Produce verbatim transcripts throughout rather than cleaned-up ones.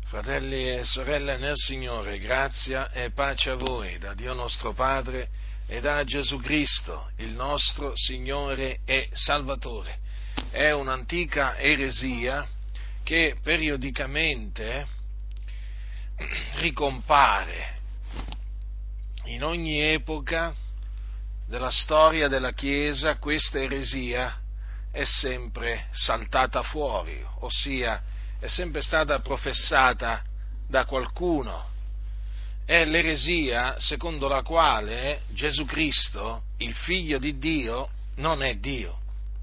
Fratelli e sorelle nel Signore, grazia e pace a voi da Dio nostro Padre e da Gesù Cristo, il nostro Signore e Salvatore. È un'antica eresia che periodicamente ricompare in ogni epoca della storia della Chiesa. Questa eresia è sempre saltata fuori, ossia è sempre stata professata da qualcuno. È l'eresia secondo la quale Gesù Cristo, il Figlio di Dio, non è Dio.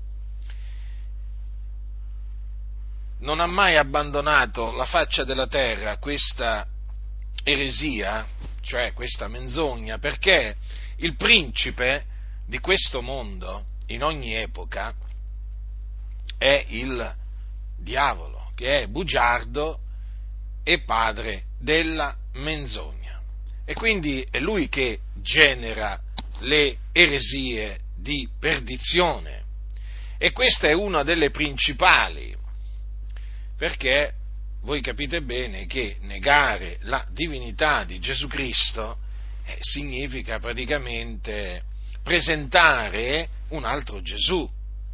Non ha mai abbandonato la faccia della terra questa eresia, cioè questa menzogna, perché il principe di questo mondo, in ogni epoca, è il diavolo, che è bugiardo e padre della menzogna. E quindi è lui che genera le eresie di perdizione. E questa è una delle principali, perché voi capite bene che negare la divinità di Gesù Cristo eh, significa praticamente presentare un altro Gesù,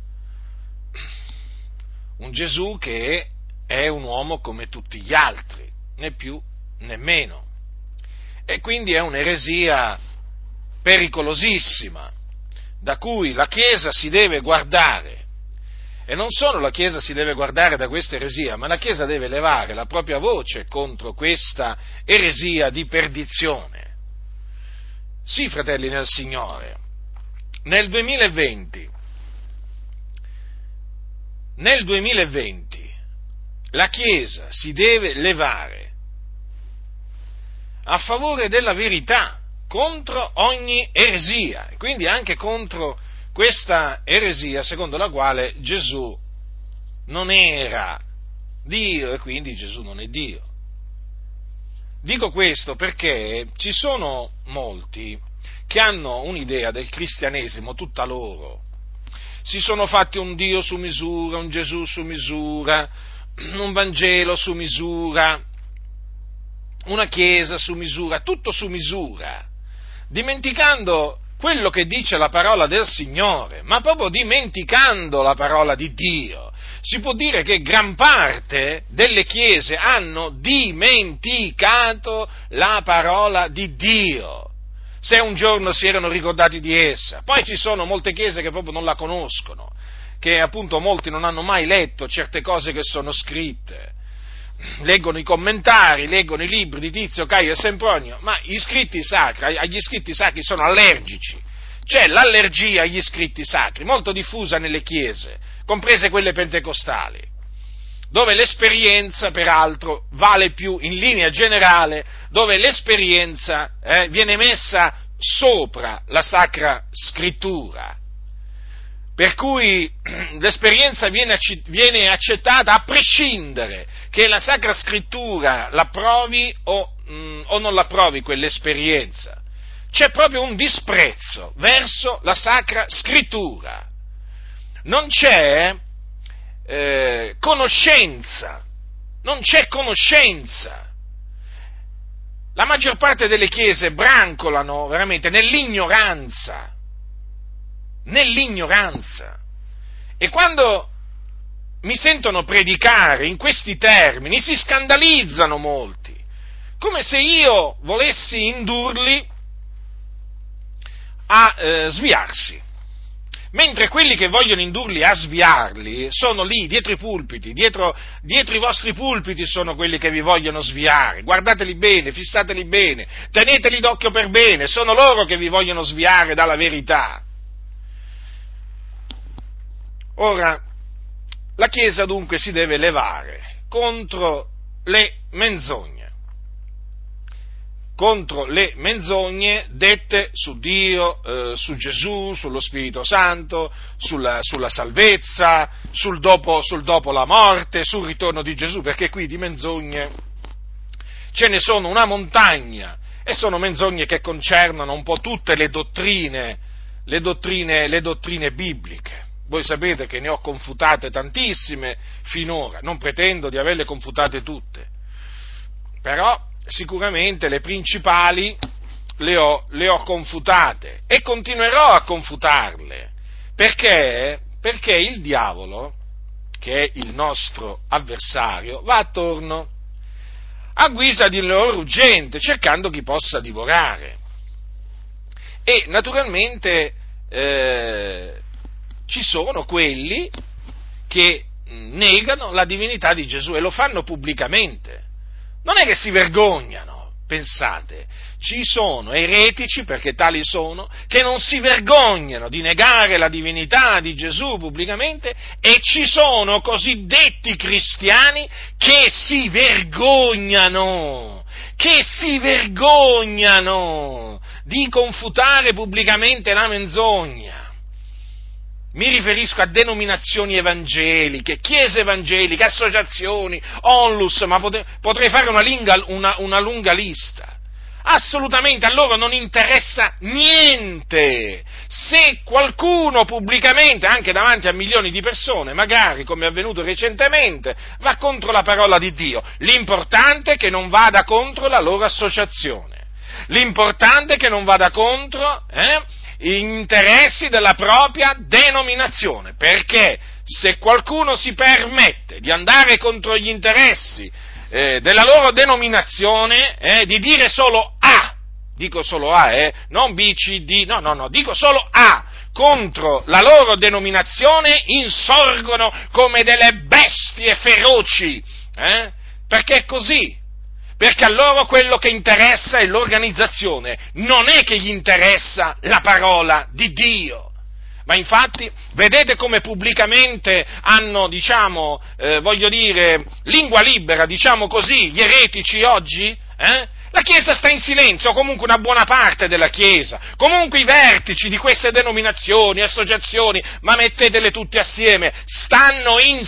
un Gesù che è un uomo come tutti gli altri, né più né meno. E quindi è un'eresia pericolosissima, da cui la Chiesa si deve guardare. E non solo la Chiesa si deve guardare da questa eresia, ma la Chiesa deve levare la propria voce contro questa eresia di perdizione. Sì, fratelli nel Signore, nel duemilaventi, nel duemilaventi la Chiesa si deve levare a favore della verità contro ogni eresia, quindi anche contro questa eresia secondo la quale Gesù non era Dio e quindi Gesù non è Dio. Dico questo perché ci sono molti che hanno un'idea del cristianesimo tutta loro. Si sono fatti un Dio su misura, un Gesù su misura, un Vangelo su misura, una Chiesa su misura, tutto su misura, dimenticando quello che dice la parola del Signore, ma proprio dimenticando la parola di Dio. Si può dire che gran parte delle chiese hanno dimenticato la parola di Dio, se un giorno si erano ricordati di essa. Poi ci sono molte chiese che proprio non la conoscono, che appunto molti non hanno mai letto certe cose che sono scritte. Leggono i commentari, leggono i libri di Tizio, Caio e Sempronio, ma gli scritti sacri, agli scritti sacri sono allergici. C'è l'allergia agli scritti sacri, molto diffusa nelle chiese, comprese quelle pentecostali, dove l'esperienza, peraltro, vale più in linea generale, dove l'esperienza eh, viene messa sopra la Sacra Scrittura. Per cui l'esperienza viene, viene accettata a prescindere che la Sacra Scrittura l'approvi o, mh, o non l'approvi quell'esperienza. C'è proprio un disprezzo verso la Sacra Scrittura. Non c'è eh, conoscenza, non c'è conoscenza. La maggior parte delle chiese brancolano veramente nell'ignoranza. nell'ignoranza, e quando mi sentono predicare in questi termini si scandalizzano molti, come se io volessi indurli a eh, sviarsi, mentre quelli che vogliono indurli a sviarli sono lì dietro i pulpiti, dietro, dietro i vostri pulpiti sono quelli che vi vogliono sviare. Guardateli bene, fissateli bene, teneteli d'occhio per bene, sono loro che vi vogliono sviare dalla verità. Ora, la Chiesa dunque si deve levare contro le menzogne, contro le menzogne dette su Dio, eh, su Gesù, sullo Spirito Santo, sulla, sulla salvezza, sul dopo, sul dopo la morte, sul ritorno di Gesù, perché qui di menzogne ce ne sono una montagna, e sono menzogne che concernono un po' tutte le dottrine, le dottrine, le dottrine bibliche. Voi sapete che ne ho confutate tantissime finora, non pretendo di averle confutate tutte, però sicuramente le principali le ho, le ho confutate e continuerò a confutarle, perché, perché il diavolo, che è il nostro avversario, va attorno a guisa di leone ruggente, cercando chi possa divorare. E naturalmente eh, ci sono quelli che negano la divinità di Gesù e lo fanno pubblicamente. Non è che si vergognano, pensate, ci sono eretici, perché tali sono, che non si vergognano di negare la divinità di Gesù pubblicamente, e ci sono cosiddetti cristiani che si vergognano, che si vergognano di confutare pubblicamente la menzogna. Mi riferisco a denominazioni evangeliche, chiese evangeliche, associazioni, onlus, ma potrei fare una, linga, una, una lunga lista. Assolutamente, a loro non interessa niente se qualcuno pubblicamente, anche davanti a milioni di persone, magari come è avvenuto recentemente, va contro la parola di Dio. L'importante è che non vada contro la loro associazione. L'importante è che non vada contro eh, gli interessi della propria denominazione, perché se qualcuno si permette di andare contro gli interessi eh, della loro denominazione, eh, di dire solo A, dico solo A, eh, non B, C, D, no, no, no, dico solo A, contro la loro denominazione, insorgono come delle bestie feroci, eh, perché è così. Perché a loro quello che interessa è l'organizzazione, non è che gli interessa la parola di Dio. Ma infatti, vedete come pubblicamente hanno, diciamo, eh, voglio dire, lingua libera, diciamo così, gli eretici oggi? Eh? La Chiesa sta in silenzio, comunque una buona parte della Chiesa, comunque i vertici di queste denominazioni, associazioni, ma mettetele tutti assieme, stanno in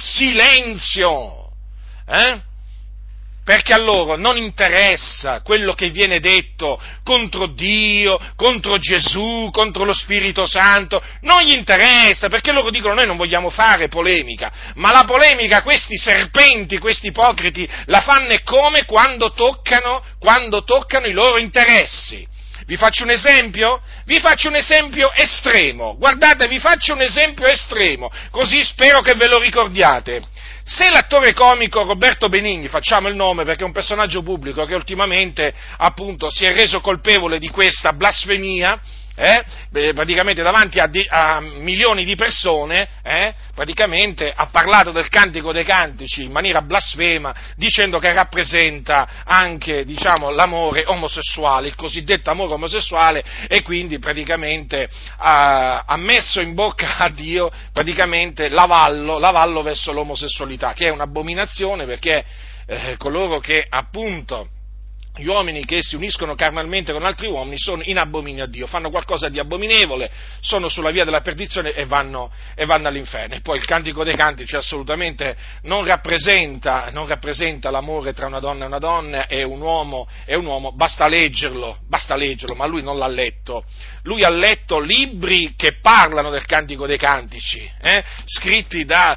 silenzio, eh? Perché a loro non interessa quello che viene detto contro Dio, contro Gesù, contro lo Spirito Santo, non gli interessa, perché loro dicono noi non vogliamo fare polemica, ma la polemica questi serpenti, questi ipocriti, la fanno e come quando toccano, quando toccano i loro interessi. Vi faccio un esempio? Vi faccio un esempio estremo, guardate, vi faccio un esempio estremo, così spero che ve lo ricordiate. Se l'attore comico Roberto Benigni, facciamo il nome perché è un personaggio pubblico che ultimamente appunto si è reso colpevole di questa blasfemia, eh, praticamente davanti a, di, a milioni di persone, eh, praticamente ha parlato del Cantico dei Cantici in maniera blasfema, dicendo che rappresenta anche, diciamo, l'amore omosessuale, il cosiddetto amore omosessuale, e quindi praticamente ha, ha messo in bocca a Dio praticamente l'avallo, l'avallo verso l'omosessualità, che è un'abominazione perché eh, coloro che appunto gli uomini che si uniscono carnalmente con altri uomini sono in abominio a Dio, fanno qualcosa di abominevole, sono sulla via della perdizione e vanno, e vanno all'inferno. E poi il Cantico dei Cantici assolutamente non rappresenta, non rappresenta l'amore tra una donna e una donna e un uomo e un uomo, basta leggerlo, basta leggerlo, ma lui non l'ha letto. Lui ha letto libri che parlano del Cantico dei Cantici, eh, scritti da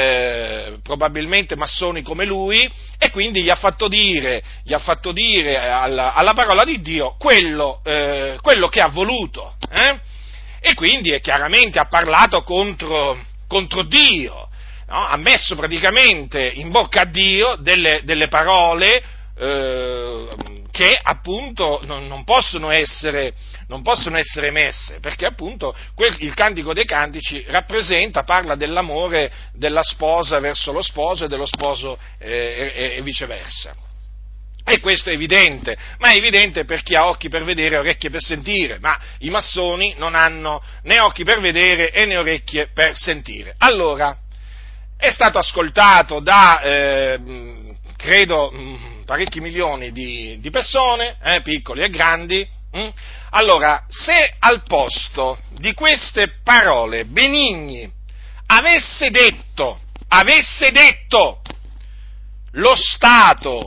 eh, probabilmente massoni come lui, e quindi gli ha fatto dire, gli ha fatto dire alla, alla parola di Dio quello, eh, quello che ha voluto, eh? E quindi è chiaramente ha parlato contro, contro Dio, no? Ha messo praticamente in bocca a Dio delle, delle parole eh, che appunto non, non possono essere non possono essere messe, perché appunto quel, il Cantico dei Cantici rappresenta, parla dell'amore della sposa verso lo sposo e dello sposo eh, e, e viceversa. E questo è evidente, ma è evidente per chi ha occhi per vedere e orecchie per sentire, ma i massoni non hanno né occhi per vedere e né orecchie per sentire. Allora, è stato ascoltato da, eh, credo, parecchi milioni di, di persone, eh, piccoli e grandi. Hm? Allora, se al posto di queste parole Benigni avesse detto, avesse detto, lo Stato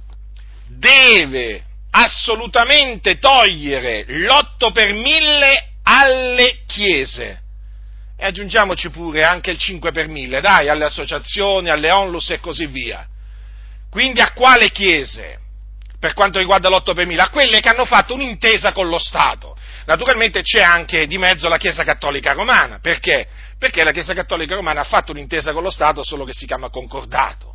deve assolutamente togliere l'otto per mille alle chiese, e aggiungiamoci pure anche il cinque per mille, dai, alle associazioni, alle onlus e così via. Quindi a quale chiese? per quanto riguarda l'otto per mille? A quelle che hanno fatto un'intesa con lo Stato. Naturalmente c'è anche di mezzo la Chiesa Cattolica Romana. Perché? Perché la Chiesa Cattolica Romana ha fatto un'intesa con lo Stato, solo che si chiama concordato.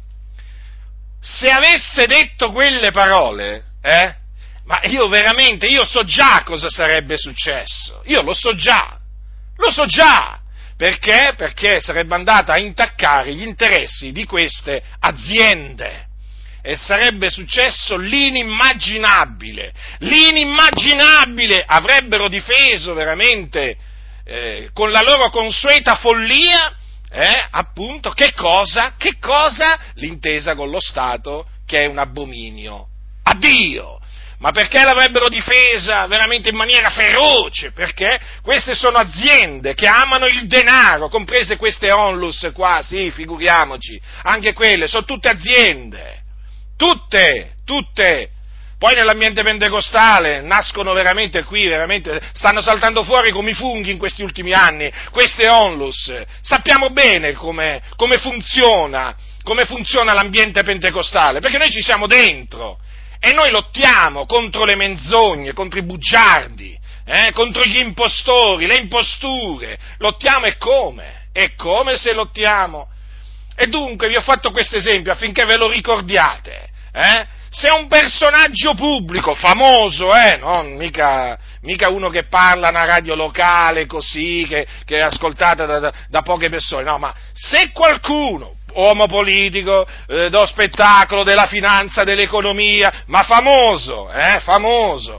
Se avesse detto quelle parole, eh, ma io veramente, io so già cosa sarebbe successo, io lo so già, lo so già, perché? Perché sarebbe andata a intaccare gli interessi di queste aziende e sarebbe successo l'inimmaginabile, l'inimmaginabile, avrebbero difeso veramente eh, con la loro consueta follia Eh, appunto, che cosa? Che cosa? L'intesa con lo Stato, che è un abominio. Addio! Ma perché l'avrebbero difesa veramente in maniera feroce? Perché queste sono aziende che amano il denaro, comprese queste onlus qua, sì, figuriamoci, anche quelle, sono tutte aziende, tutte, tutte. Poi nell'ambiente pentecostale nascono veramente qui, veramente, stanno saltando fuori come i funghi in questi ultimi anni, queste onlus. Sappiamo bene come, come funziona, come funziona l'ambiente pentecostale, perché noi ci siamo dentro e noi lottiamo contro le menzogne, contro i bugiardi, eh, contro gli impostori, le imposture, lottiamo e come? E come se lottiamo? E dunque vi ho fatto questo esempio affinché ve lo ricordiate, eh? Se un personaggio pubblico, famoso, eh, non mica, mica uno che parla a una radio locale così, che, che è ascoltata da, da, da poche persone, no, ma se qualcuno, uomo politico, eh, dello spettacolo, della finanza, dell'economia, ma famoso, eh, famoso,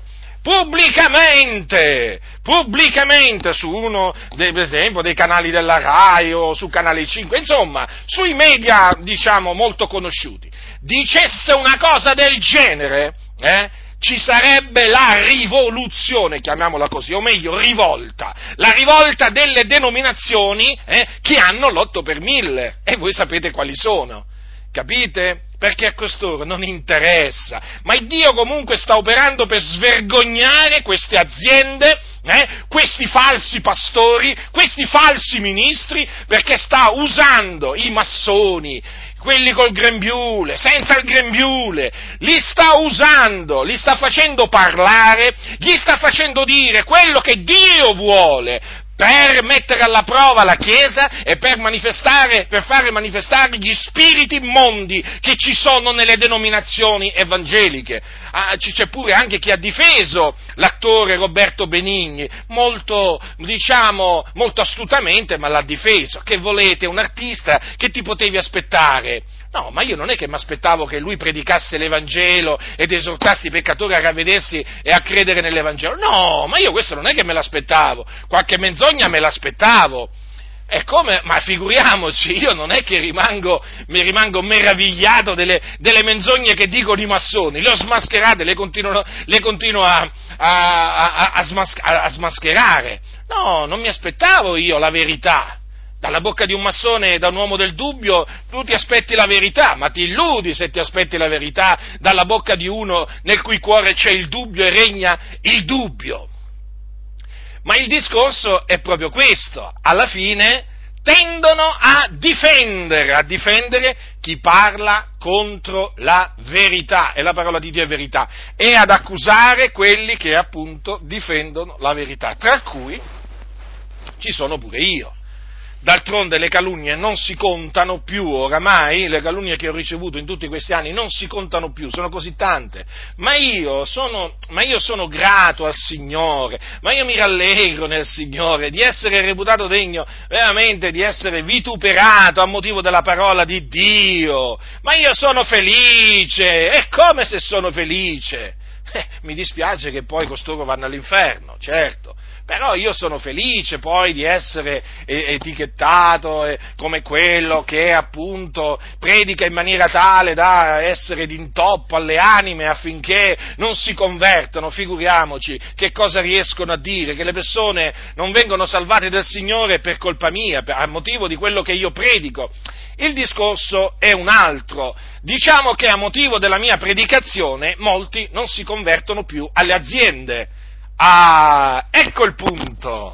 pubblicamente, pubblicamente, su uno, dei, per esempio, dei canali della Rai o su Canale cinque, insomma, sui media, diciamo, molto conosciuti, dicesse una cosa del genere, eh, ci sarebbe la rivoluzione, chiamiamola così, o meglio, rivolta, la rivolta delle denominazioni eh, che hanno l'otto per mille, e voi sapete quali sono, capite? Perché a costoro non interessa, ma il Dio comunque sta operando per svergognare queste aziende, eh, questi falsi pastori, questi falsi ministri, perché sta usando i massoni, quelli col grembiule, senza il grembiule, li sta usando, li sta facendo parlare, gli sta facendo dire quello che Dio vuole, per mettere alla prova la Chiesa e per manifestare, per fare manifestare gli spiriti immondi che ci sono nelle denominazioni evangeliche. Ah, c'è pure anche chi ha difeso l'attore Roberto Benigni, molto, diciamo, molto astutamente, ma l'ha difeso. Che volete, un artista, che ti potevi aspettare? No, ma io non è che mi aspettavo che lui predicasse l'Evangelo ed esortasse i peccatori a ravvedersi e a credere nell'Evangelo. No, ma io questo non è che me l'aspettavo. Qualche menzogna me l'aspettavo. E come? Ma figuriamoci, io non è che rimango, mi rimango meravigliato delle, delle menzogne che dicono i massoni. Le ho smascherate, le continuo, le continuo a, a, a, a, smas, a, a smascherare. No, non mi aspettavo io la verità. Dalla bocca di un massone, da un uomo del dubbio, tu ti aspetti la verità, ma ti illudi se ti aspetti la verità dalla bocca di uno nel cui cuore c'è il dubbio e regna il dubbio. Ma il discorso è proprio questo, alla fine tendono a difendere, a difendere chi parla contro la verità, e la parola di Dio è verità, e ad accusare quelli che appunto difendono la verità, tra cui ci sono pure io. D'altronde le calunnie non si contano più, oramai le calunnie che ho ricevuto in tutti questi anni non si contano più, sono così tante, ma io sono, ma io sono grato al Signore, ma io mi rallegro nel Signore di essere reputato degno veramente di essere vituperato a motivo della parola di Dio, ma io sono felice, e come se sono felice? Eh, mi dispiace che poi costoro vanno all'inferno, certo, però io sono felice poi di essere etichettato come quello che appunto predica in maniera tale da essere d'intoppo alle anime affinché non si convertano. Figuriamoci che cosa riescono a dire, che le persone non vengono salvate dal Signore per colpa mia, a motivo di quello che io predico. Il discorso è un altro. Diciamo che a motivo della mia predicazione molti non si convertono più alle aziende. Ah, ecco il punto.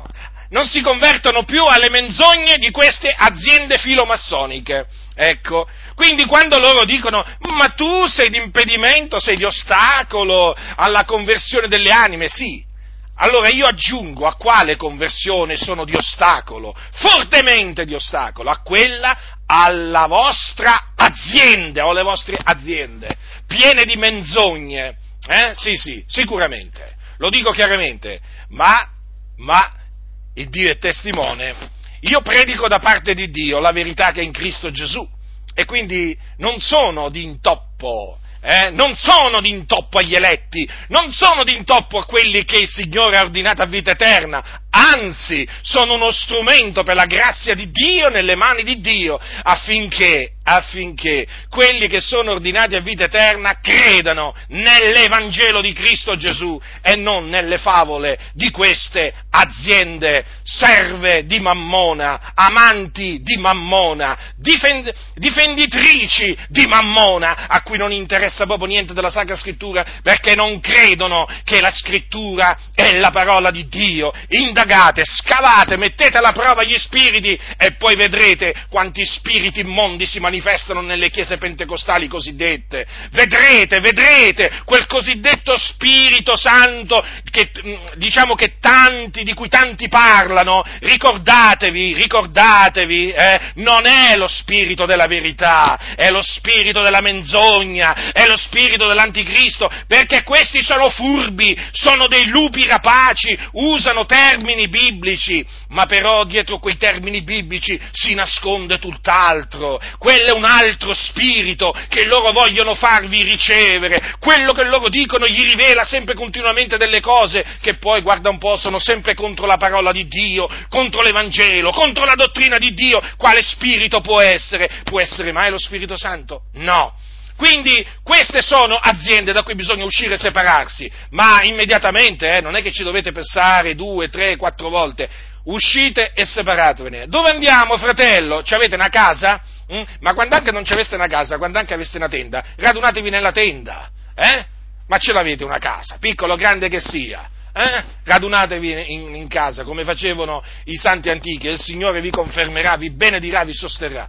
non si convertono più alle menzogne di queste aziende filomassoniche. Ecco, quindi quando loro dicono ma tu sei di impedimento, sei di ostacolo alla conversione delle anime, sì, allora io aggiungo a quale conversione sono di ostacolo, fortemente di ostacolo, a quella alla vostra azienda o alle vostre aziende, piene di menzogne, eh? Sì, sì, sicuramente, lo dico chiaramente, ma, ma il Dio è testimone, io predico da parte di Dio la verità che è in Cristo Gesù e quindi non sono di intoppo, eh? non sono di intoppo agli eletti, non sono di intoppo a quelli che il Signore ha ordinato a vita eterna, anzi sono uno strumento per la grazia di Dio nelle mani di Dio affinché, affinché quelli che sono ordinati a vita eterna credano nell'Evangelo di Cristo Gesù e non nelle favole di queste aziende serve di Mammona, amanti di Mammona, difend- difenditrici di Mammona, a cui non interessa proprio niente della Sacra Scrittura perché non credono che la Scrittura è la parola di Dio. Indagate, scavate, mettete alla prova gli spiriti e poi vedrete quanti spiriti immondi si manifestano nelle chiese pentecostali cosiddette. Vedrete, vedrete quel cosiddetto Spirito Santo che diciamo che tanti, di cui tanti parlano. Ricordatevi, ricordatevi, eh, non è lo spirito della verità, è lo spirito della menzogna, è lo spirito dell'anticristo, perché questi sono furbi, sono dei lupi rapaci, usano termini biblici, ma però dietro quei termini biblici si nasconde tutt'altro. Quello è un altro spirito che loro vogliono farvi ricevere, quello che loro dicono gli rivela sempre continuamente delle cose che poi, guarda un po', sono sempre contro la parola di Dio, contro l'Evangelo, contro la dottrina di Dio. Quale spirito può essere? Può essere mai lo Spirito Santo? No. Quindi queste sono aziende da cui bisogna uscire e separarsi, ma immediatamente, eh, non è che ci dovete pensare due, tre, quattro volte, uscite e separatevene. Dove andiamo, fratello? Ci avete una casa? Mm? Ma quando anche non ci aveste una casa, quando anche aveste una tenda, radunatevi nella tenda, eh? Ma ce l'avete una casa, piccola o grande che sia, eh? Radunatevi in, in casa, come facevano i santi antichi, e il Signore vi confermerà, vi benedirà, vi sosterrà.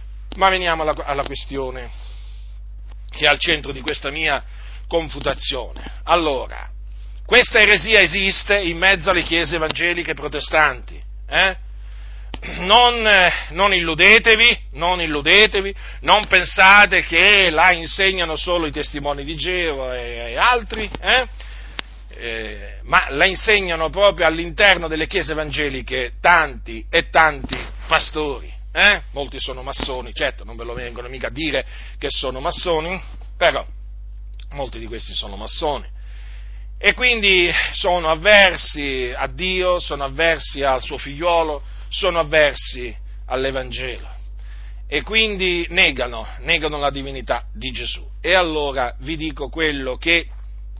Ma veniamo alla, alla questione che è al centro di questa mia confutazione. Allora, questa eresia esiste in mezzo alle chiese evangeliche protestanti, eh? Non, eh, non illudetevi, non illudetevi, non pensate che la insegnano solo i testimoni di Geova e, e altri, eh? Eh, ma la insegnano proprio all'interno delle chiese evangeliche tanti e tanti pastori. Eh? Molti sono massoni, certo, non ve lo vengono mica a dire che sono massoni, però molti di questi sono massoni e quindi sono avversi a Dio, sono avversi al suo figliuolo, sono avversi all'Evangelo e quindi negano, negano la divinità di Gesù. E allora vi dico quello che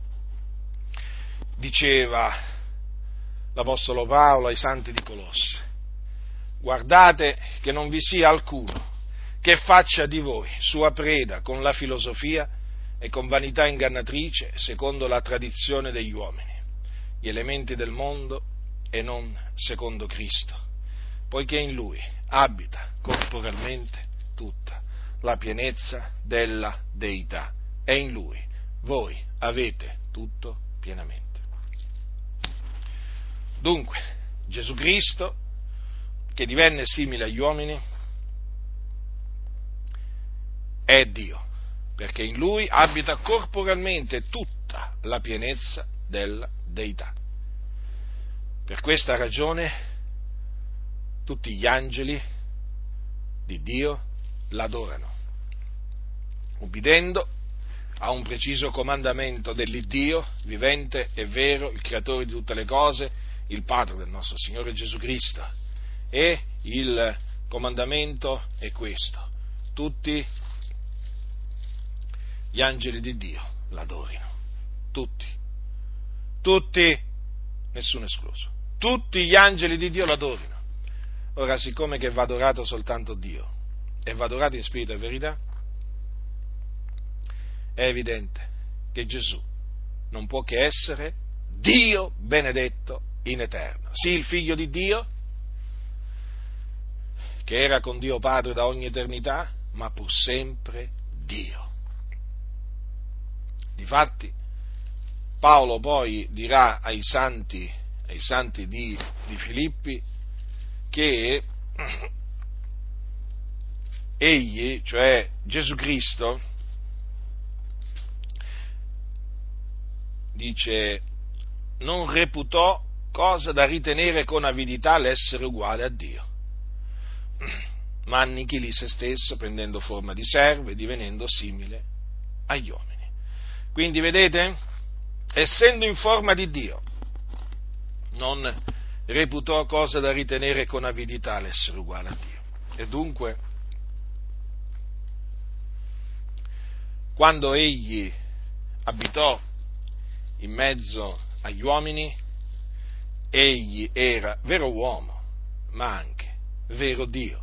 diceva l'Apostolo Paolo ai santi di Colosse: guardate che non vi sia alcuno che faccia di voi sua preda con la filosofia e con vanità ingannatrice, secondo la tradizione degli uomini, gli elementi del mondo e non secondo Cristo, poiché in Lui abita corporalmente tutta la pienezza della Deità e in Lui voi avete tutto pienamente. Dunque, Gesù Cristo, che divenne simile agli uomini, è Dio, perché in Lui abita corporalmente tutta la pienezza della Deità. Per questa ragione tutti gli angeli di Dio l'adorano, ubbidendo a un preciso comandamento dell'Iddio vivente e vero, il creatore di tutte le cose, il Padre del nostro Signore Gesù Cristo. E il comandamento è questo: tutti gli angeli di Dio l'adorino, tutti, tutti, nessuno escluso, tutti gli angeli di Dio l'adorino. Ora, siccome che va adorato soltanto Dio e va adorato in spirito e verità, è evidente che Gesù non può che essere Dio benedetto in eterno. Sì, il Figlio di Dio, che era con Dio Padre da ogni eternità, ma pur sempre Dio. Difatti, Paolo poi dirà ai santi, ai santi di, di Filippi che egli, cioè Gesù Cristo, dice, non reputò cosa da ritenere con avidità l'essere uguale a Dio, ma annichilì se stesso prendendo forma di servo e divenendo simile agli uomini. Quindi vedete, essendo in forma di Dio, non reputò cosa da ritenere con avidità l'essere uguale a Dio. E dunque, quando egli abitò in mezzo agli uomini, egli era vero uomo, ma anche vero Dio.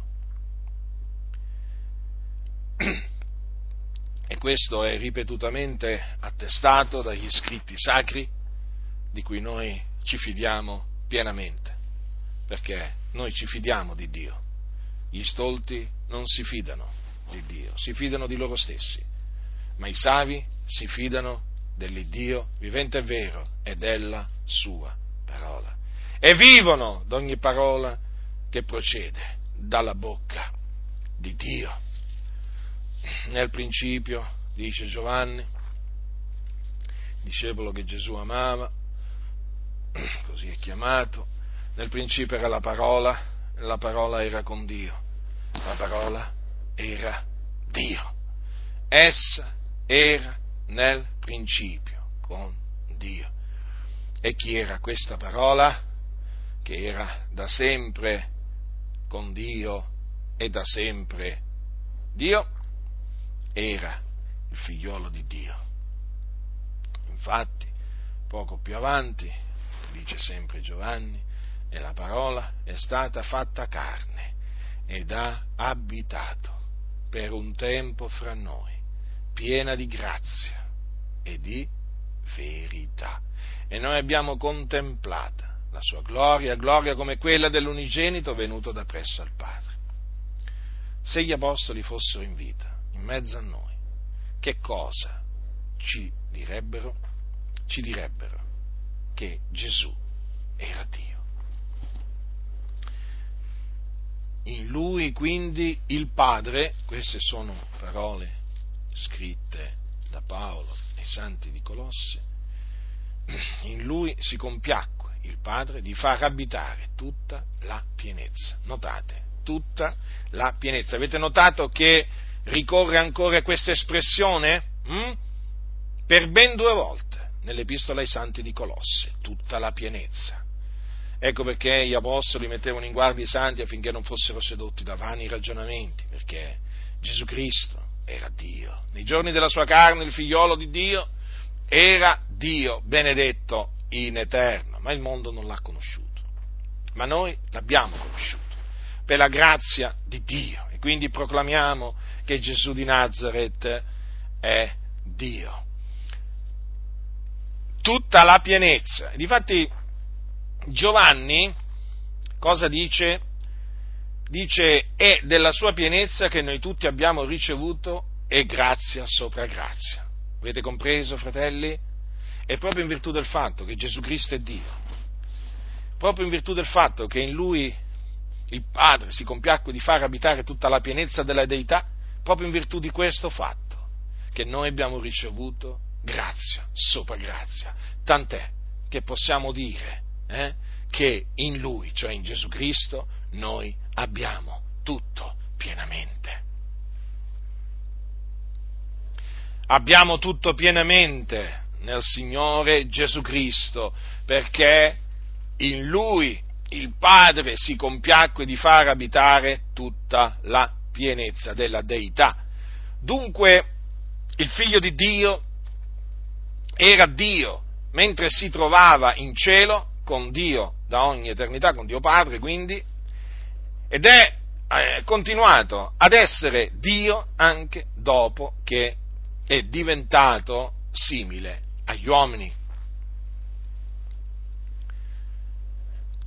E questo è ripetutamente attestato dagli scritti sacri, di cui noi ci fidiamo pienamente, perché noi ci fidiamo di Dio. Gli stolti non si fidano di Dio, si fidano di loro stessi, ma i savi si fidano dell'Iddio vivente e vero e della sua parola, e vivono d'ogni parola che procede dalla bocca di Dio. Nel principio, dice Giovanni, discepolo che Gesù amava, così è chiamato, nel principio era la parola, la parola era con Dio, la parola era Dio. Essa era nel principio con Dio. E chi era questa parola? Che era da sempre con Dio e da sempre Dio? Era il figliolo di Dio. Infatti, poco più avanti, dice sempre Giovanni, e la parola è stata fatta carne ed ha abitato per un tempo fra noi, piena di grazia e di verità. E noi abbiamo contemplata la sua gloria, gloria come quella dell'unigenito venuto da presso al Padre. Se gli apostoli fossero in vita, in mezzo a noi, che cosa ci direbbero? Ci direbbero che Gesù era Dio. In Lui quindi il Padre, queste sono parole scritte da Paolo ai santi di Colosse, in Lui si compiacque il Padre di far abitare tutta la pienezza. Notate, tutta la pienezza. Avete notato che ricorre ancora questa espressione hm? per ben due volte nell'Epistola ai Santi di Colosse, tutta la pienezza. Ecco perché gli apostoli mettevano in guardia i santi affinché non fossero sedotti da vani ragionamenti, perché Gesù Cristo era Dio. Nei giorni della sua carne il figliolo di Dio era Dio, benedetto in eterno, ma il mondo non l'ha conosciuto. Ma noi l'abbiamo conosciuto per la grazia di Dio, e quindi proclamiamo che Gesù di Nazaret è Dio. Tutta la pienezza. E difatti Giovanni cosa dice? Dice, è della sua pienezza che noi tutti abbiamo ricevuto e grazia sopra grazia. Avete compreso, fratelli? È proprio in virtù del fatto che Gesù Cristo è Dio, proprio in virtù del fatto che in Lui il Padre si compiacque di far abitare tutta la pienezza della Deità, proprio in virtù di questo fatto che noi abbiamo ricevuto grazia sopra grazia, tant'è che possiamo dire eh, che in Lui, cioè in Gesù Cristo, noi abbiamo tutto pienamente. Abbiamo tutto pienamente nel Signore Gesù Cristo, perché in Lui il Padre si compiacque di far abitare tutta la pienezza della Deità. Dunque, il Figlio di Dio era Dio, mentre si trovava in cielo con Dio da ogni eternità, con Dio Padre, quindi, ed è eh, continuato ad essere Dio anche dopo che è diventato simile agli uomini.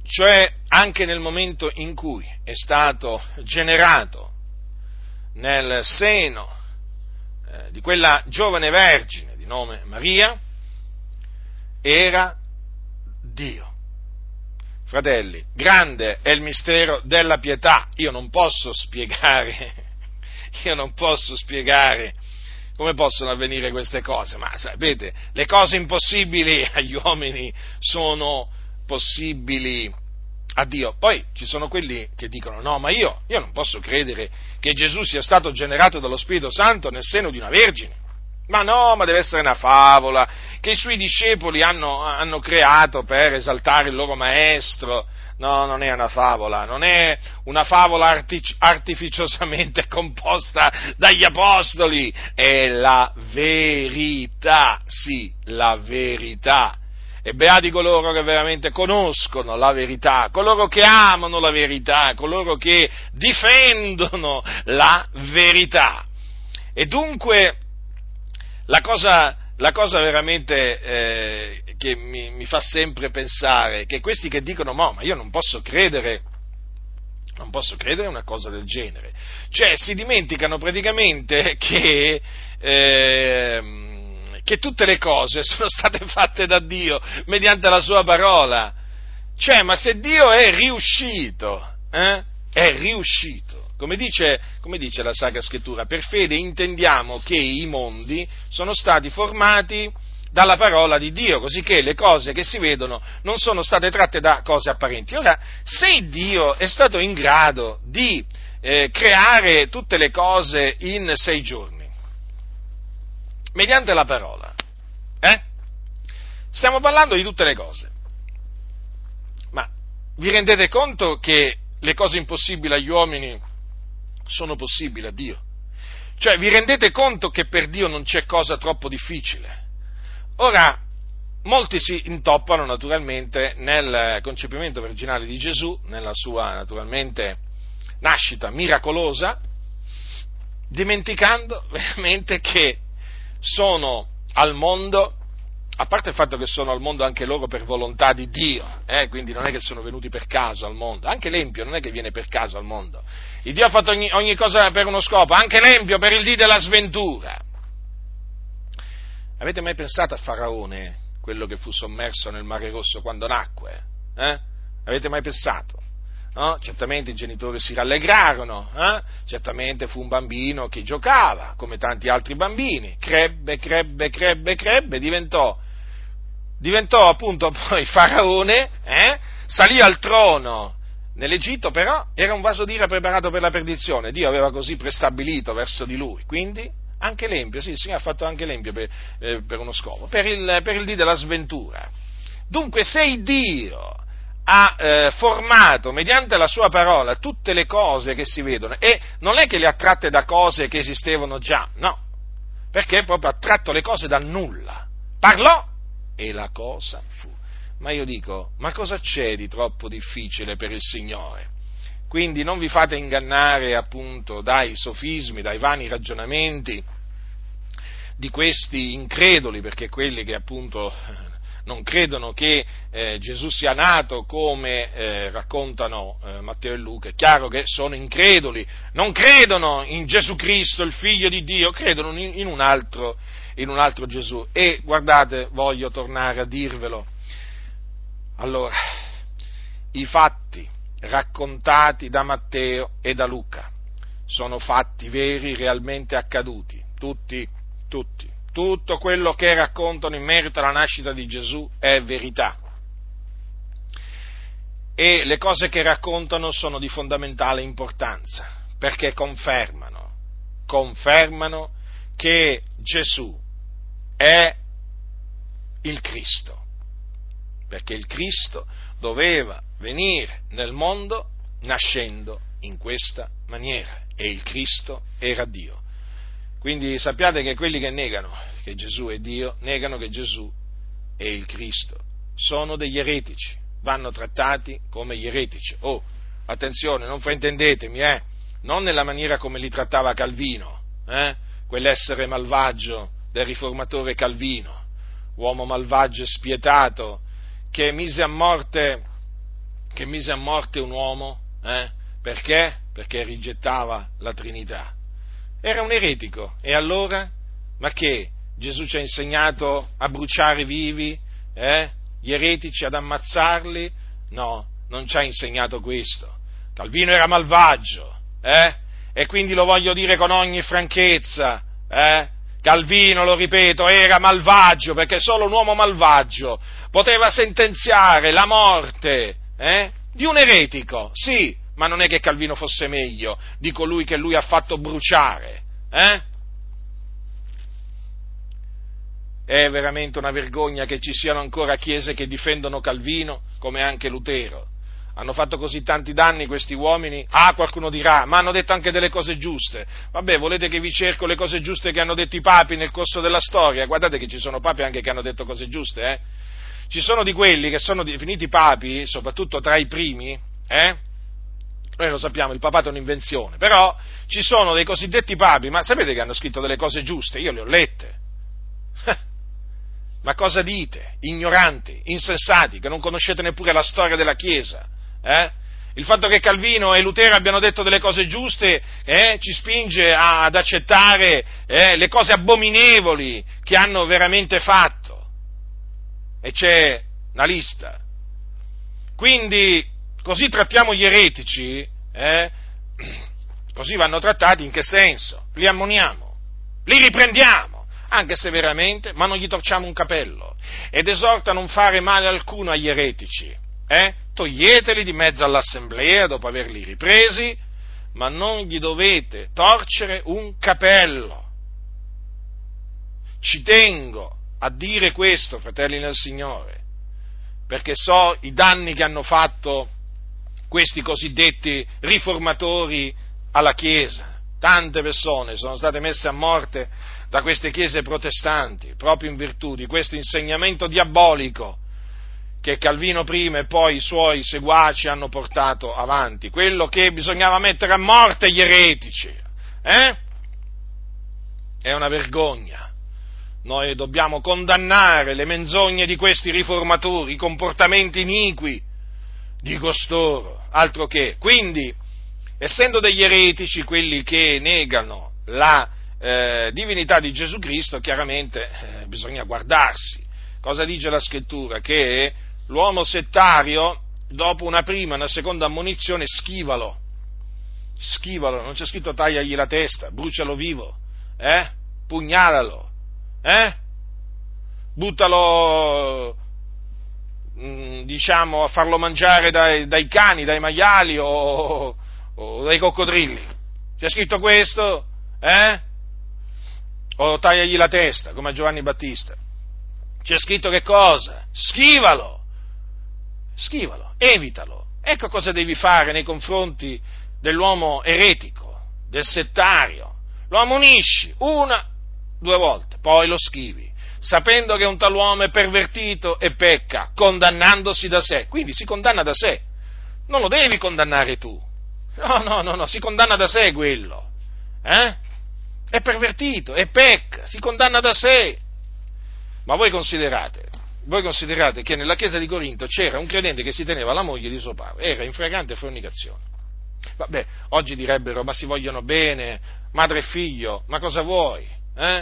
cioè anche nel momento in cui è stato generato nel seno eh, di quella giovane vergine di nome Maria, era Dio. Fratelli, grande è il mistero della pietà. Io non posso spiegare, io non posso spiegare come possono avvenire queste cose, ma sapete, le cose impossibili agli uomini sono possibili a Dio. Poi ci sono quelli che dicono: no, ma io, io non posso credere che Gesù sia stato generato dallo Spirito Santo nel seno di una vergine. Ma no, ma deve essere una favola che i suoi discepoli hanno, hanno creato per esaltare il loro maestro. No, non è una favola, non è una favola artic- artificiosamente composta dagli apostoli, è la verità, sì, la verità. E beati coloro che veramente conoscono la verità, coloro che amano la verità, coloro che difendono la verità. E dunque la cosa, la cosa veramente eh, che mi, mi fa sempre pensare, che questi che dicono: no, ma io non posso credere, non posso credere a una cosa del genere, cioè si dimenticano praticamente che, eh, che tutte le cose sono state fatte da Dio mediante la sua parola. Cioè, ma se Dio è riuscito, eh, è riuscito. Come dice, come dice la Sacra Scrittura, per fede intendiamo che i mondi sono stati formati dalla parola di Dio, così che le cose che si vedono non sono state tratte da cose apparenti. Ora, se Dio è stato in grado di eh, creare tutte le cose in sei giorni, mediante la parola, eh? Stiamo parlando di tutte le cose, ma vi rendete conto che le cose impossibili agli uomini sono possibili a Dio? Cioè, vi rendete conto che per Dio non c'è cosa troppo difficile? Ora, molti si intoppano naturalmente nel concepimento virginale di Gesù, nella sua naturalmente nascita miracolosa, dimenticando veramente che sono al mondo, a parte il fatto che sono al mondo anche loro per volontà di Dio, eh, quindi non è che sono venuti per caso al mondo, anche l'empio non è che viene per caso al mondo, il Dio ha fatto ogni, ogni cosa per uno scopo, anche l'empio per il dì della sventura. Avete mai pensato a Faraone, quello che fu sommerso nel Mare Rosso quando nacque? Eh? Avete mai pensato? No? Certamente i genitori si rallegrarono, eh? Certamente fu un bambino che giocava, come tanti altri bambini, crebbe, crebbe, crebbe, crebbe, diventò, diventò appunto poi Faraone, eh? Salì al trono nell'Egitto, però era un vaso d'ira preparato per la perdizione, Dio aveva così prestabilito verso di lui, quindi anche l'empio, sì, il Signore ha fatto anche l'empio per, eh, per uno scopo, per il, per il dì della sventura. Dunque, se Dio ha eh, formato mediante la sua parola tutte le cose che si vedono, e non è che le ha tratte da cose che esistevano già, no, perché proprio ha tratto le cose dal nulla, parlò e la cosa fu. Ma io dico, ma cosa c'è di troppo difficile per il Signore? Quindi non vi fate ingannare appunto dai sofismi, dai vani ragionamenti di questi increduli, perché quelli che appunto non credono che eh, Gesù sia nato come eh, raccontano eh, Matteo e Luca, è chiaro che sono increduli, non credono in Gesù Cristo, il Figlio di Dio, credono in, in, un altro, in un altro Gesù. E guardate, voglio tornare a dirvelo, allora, i fatti raccontati da Matteo e da Luca sono fatti veri, realmente accaduti, tutti, tutti. Tutto quello che raccontano in merito alla nascita di Gesù è verità. E le cose che raccontano sono di fondamentale importanza, perché confermano, confermano che Gesù è il Cristo, perché il Cristo doveva venire nel mondo nascendo in questa maniera, e il Cristo era Dio. Quindi sappiate che quelli che negano che Gesù è Dio, negano che Gesù è il Cristo, sono degli eretici, vanno trattati come gli eretici. Oh, attenzione, non fraintendetemi, eh, non nella maniera come li trattava Calvino, eh, quell'essere malvagio del riformatore Calvino, uomo malvagio e spietato, che mise a morte, che mise a morte un uomo, eh? Perché? Perché rigettava la Trinità. Era un eretico. E allora? Ma che? Gesù ci ha insegnato a bruciare vivi, eh? Gli eretici, ad ammazzarli? No, non ci ha insegnato questo. Calvino era malvagio, eh? E quindi lo voglio dire con ogni franchezza, eh? Calvino, lo ripeto, era malvagio, perché solo un uomo malvagio poteva sentenziare la morte, eh? Di un eretico, sì, ma non è che Calvino fosse meglio di colui che lui ha fatto bruciare, eh? È veramente una vergogna che ci siano ancora chiese che difendono Calvino, come anche Lutero. Hanno fatto così tanti danni questi uomini. Ah, qualcuno dirà, ma hanno detto anche delle cose giuste. Vabbè, volete che vi cerco le cose giuste che hanno detto i papi nel corso della storia? Guardate che ci sono papi anche che hanno detto cose giuste, eh? Ci sono di quelli che sono definiti papi, soprattutto tra i primi, eh? Noi lo sappiamo, il papato è un'invenzione, però ci sono dei cosiddetti papi, ma sapete che hanno scritto delle cose giuste? Io le ho lette. Ma cosa dite? Ignoranti, insensati, che non conoscete neppure la storia della Chiesa, eh? Il fatto che Calvino e Lutero abbiano detto delle cose giuste eh, ci spinge a, ad accettare eh, le cose abominevoli che hanno veramente fatto. E c'è una lista. Quindi, così trattiamo gli eretici, eh, così vanno trattati in che senso? Li ammoniamo, li riprendiamo, anche severamente, ma non gli torciamo un capello, ed esorto a non fare male alcuno agli eretici, eh? Toglieteli di mezzo all'assemblea dopo averli ripresi, ma non gli dovete torcere un capello. Ci tengo a dire questo, fratelli nel Signore, perché so i danni che hanno fatto questi cosiddetti riformatori alla Chiesa. Tante persone sono state messe a morte da queste chiese protestanti, proprio in virtù di questo insegnamento diabolico che Calvino prima e poi i suoi seguaci hanno portato avanti, quello che bisognava mettere a morte gli eretici, eh? È una vergogna. Noi dobbiamo condannare le menzogne di questi riformatori, i comportamenti iniqui di costoro, altro che. Quindi, essendo degli eretici quelli che negano la eh, divinità di Gesù Cristo, chiaramente eh, bisogna guardarsi. Cosa dice la Scrittura? Che l'uomo settario, dopo una prima e una seconda ammonizione, schivalo, schivalo, non c'è scritto tagliagli la testa, brucialo vivo, eh? Pugnalalo, eh? Buttalo, mh, diciamo, a farlo mangiare dai, dai cani, dai maiali o, o dai coccodrilli. C'è scritto questo? Eh? O tagliagli la testa, come a Giovanni Battista. C'è scritto che cosa? Schivalo, schivalo, evitalo. Ecco cosa devi fare nei confronti dell'uomo eretico, del settario. Lo ammonisci una, due volte, poi lo schivi, sapendo che un tal uomo è pervertito e pecca, condannandosi da sé. Quindi si condanna da sé, non lo devi condannare tu. No, no, no, no, si condanna da sé quello. Eh? È pervertito, è pecca, si condanna da sé. Ma voi considerate, voi considerate che nella chiesa di Corinto c'era un credente che si teneva la moglie di suo padre, era in flagrante fornicazione. Vabbè, oggi direbbero, ma si vogliono bene, madre e figlio, ma cosa vuoi? Eh?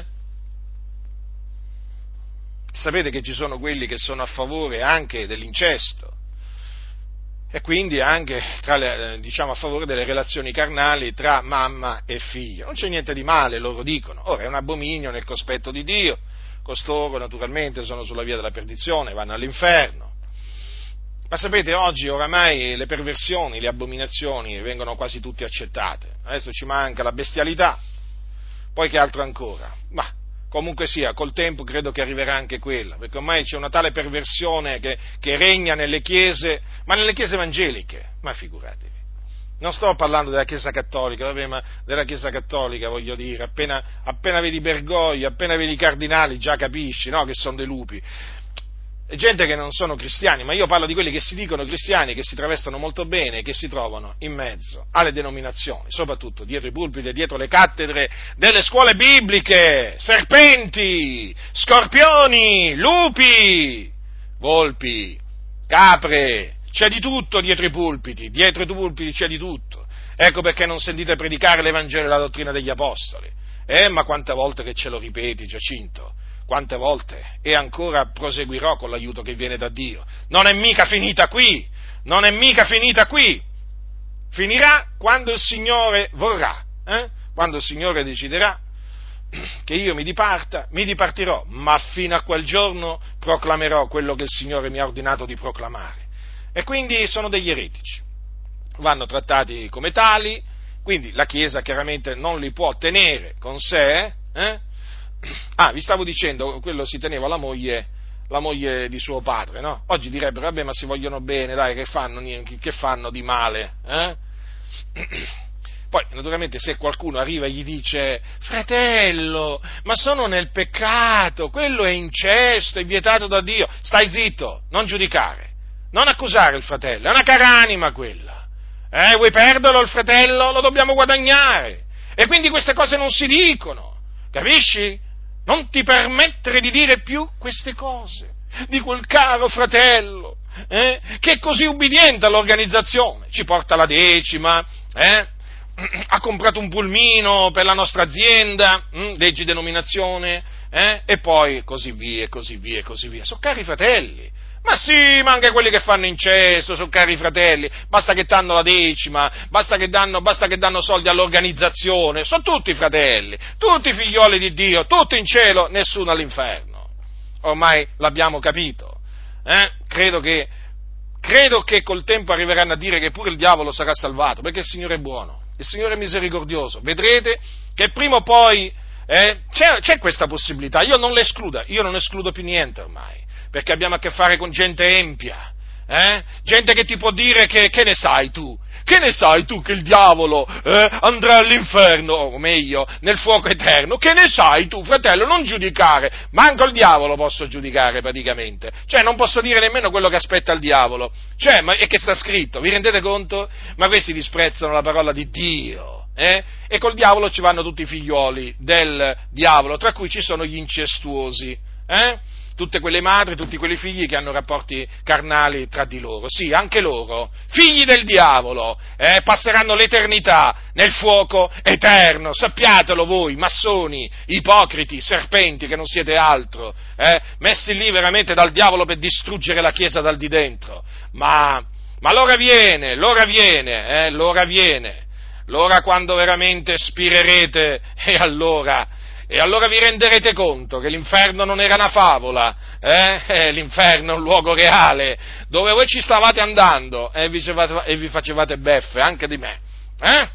Sapete che ci sono quelli che sono a favore anche dell'incesto e quindi anche tra le, diciamo, a favore delle relazioni carnali tra mamma e figlio. Non c'è niente di male, loro dicono. Ora è un abominio nel cospetto di Dio. Costoro naturalmente sono sulla via della perdizione, vanno all'inferno. Ma sapete, oggi oramai le perversioni, le abominazioni vengono quasi tutte accettate. Adesso ci manca la bestialità, poi che altro ancora? Ma comunque sia, col tempo credo che arriverà anche quella, perché ormai c'è una tale perversione che, che regna nelle chiese, ma nelle chiese evangeliche, ma figuratevi. Non sto parlando della Chiesa Cattolica, vabbè, ma della Chiesa Cattolica voglio dire, appena, appena vedi Bergoglio, appena vedi i cardinali già capisci, no, che sono dei lupi. È gente che non sono cristiani, ma io parlo di quelli che si dicono cristiani, che si travestono molto bene e che si trovano in mezzo alle denominazioni, soprattutto dietro i pulpiti e dietro le cattedre delle scuole bibliche, serpenti, scorpioni, lupi, volpi, capre, c'è di tutto dietro i pulpiti, dietro i pulpiti c'è di tutto. Ecco perché non sentite predicare l'Evangelo e la dottrina degli Apostoli. Eh, ma quante volte che ce lo ripeti, Giacinto? Quante volte? E ancora proseguirò con l'aiuto che viene da Dio. Non è mica finita qui, non è mica finita qui. Finirà quando il Signore vorrà, eh? Quando il Signore deciderà che io mi diparta, mi dipartirò, ma fino a quel giorno proclamerò quello che il Signore mi ha ordinato di proclamare. E quindi sono degli eretici, vanno trattati come tali, quindi la Chiesa chiaramente non li può tenere con sé. Eh? Ah, vi stavo dicendo, quello si teneva la moglie, la moglie di suo padre, no? Oggi direbbero, vabbè, ma si vogliono bene, dai, che fanno, che fanno di male? Eh? Poi, naturalmente, se qualcuno arriva e gli dice, fratello, ma sono nel peccato, quello è incesto, è vietato da Dio, stai zitto, non giudicare, non accusare il fratello, è una cara anima quella. Eh, vuoi perderlo il fratello? Lo dobbiamo guadagnare. E quindi queste cose non si dicono, capisci? Non ti permettere di dire più queste cose di quel caro fratello, eh, che è così ubbidiente all'organizzazione, ci porta la decima, eh, ha comprato un pulmino per la nostra azienda, hm, leggi denominazione, eh, e poi così via, e così via, e così via. Sono cari fratelli. Ma sì, ma anche quelli che fanno incesto sono cari fratelli, basta che danno la decima, basta che danno, basta che danno soldi all'organizzazione, sono tutti fratelli, tutti figlioli di Dio, tutti in cielo, nessuno all'inferno. Ormai l'abbiamo capito, eh? Credo che, credo che col tempo arriveranno a dire che pure il diavolo sarà salvato, perché il Signore è buono, il Signore è misericordioso, vedrete che prima o poi eh, c'è, c'è questa possibilità, io non l'escludo, io non escludo più niente ormai. Perché abbiamo a che fare con gente empia, eh? Gente che ti può dire che, che ne sai tu? Che ne sai tu che il diavolo eh, andrà all'inferno, o meglio, nel fuoco eterno? Che ne sai tu, fratello? Non giudicare, manco il diavolo posso giudicare praticamente, cioè non posso dire nemmeno quello che aspetta il diavolo, cioè, ma è che sta scritto, vi rendete conto? Ma questi disprezzano la parola di Dio, eh? E col diavolo ci vanno tutti i figlioli del diavolo, tra cui ci sono gli incestuosi, eh? Tutte quelle madri, tutti quei figli che hanno rapporti carnali tra di loro, sì, anche loro, figli del diavolo, eh, passeranno l'eternità nel fuoco eterno, sappiatelo voi, massoni, ipocriti, serpenti, che non siete altro, eh, messi lì veramente dal diavolo per distruggere la Chiesa dal di dentro, ma, ma l'ora viene, l'ora viene, eh, l'ora viene, l'ora quando veramente spirerete, e allora... E allora vi renderete conto che l'inferno non era una favola, eh? Eh, l'inferno è un luogo reale, dove voi ci stavate andando e vi, e vi facevate beffe anche di me, eh?